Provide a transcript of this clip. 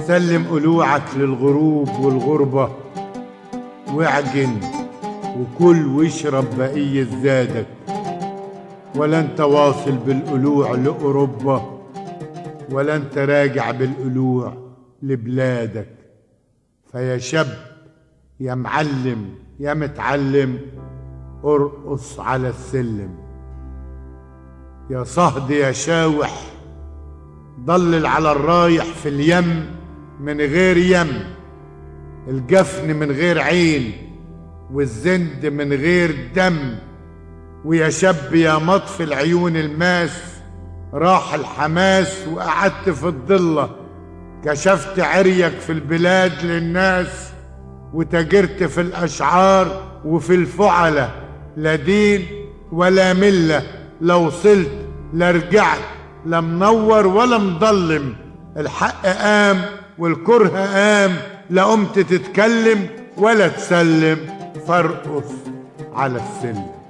سلم قلوعك للغروب والغربة، واعجن وكل واشرب بقية زادك، ولا انت واصل بالقلوع لأوروبا، ولا انت راجع بالقلوع لبلادك. فيا شاب يا معلم يا متعلم، ارقص على السلم. يا صهد يا شاوح، ضلل على الرايح في اليم من غير يم، الجفن من غير عين والزند من غير دم. ويا شاب يا مطفي العيون الماس، راح الحماس وقعدت في الضلة، كشفت عريك في البلاد للناس، وتاجرت في الأشعار وفي الفعلة، لا دين ولا ملة، لا وصلت لا رجعت، لا منور ولا مضلم. الحق قام والكره قام، لا قمت تتكلم ولا تسلم، فارقص على السلم.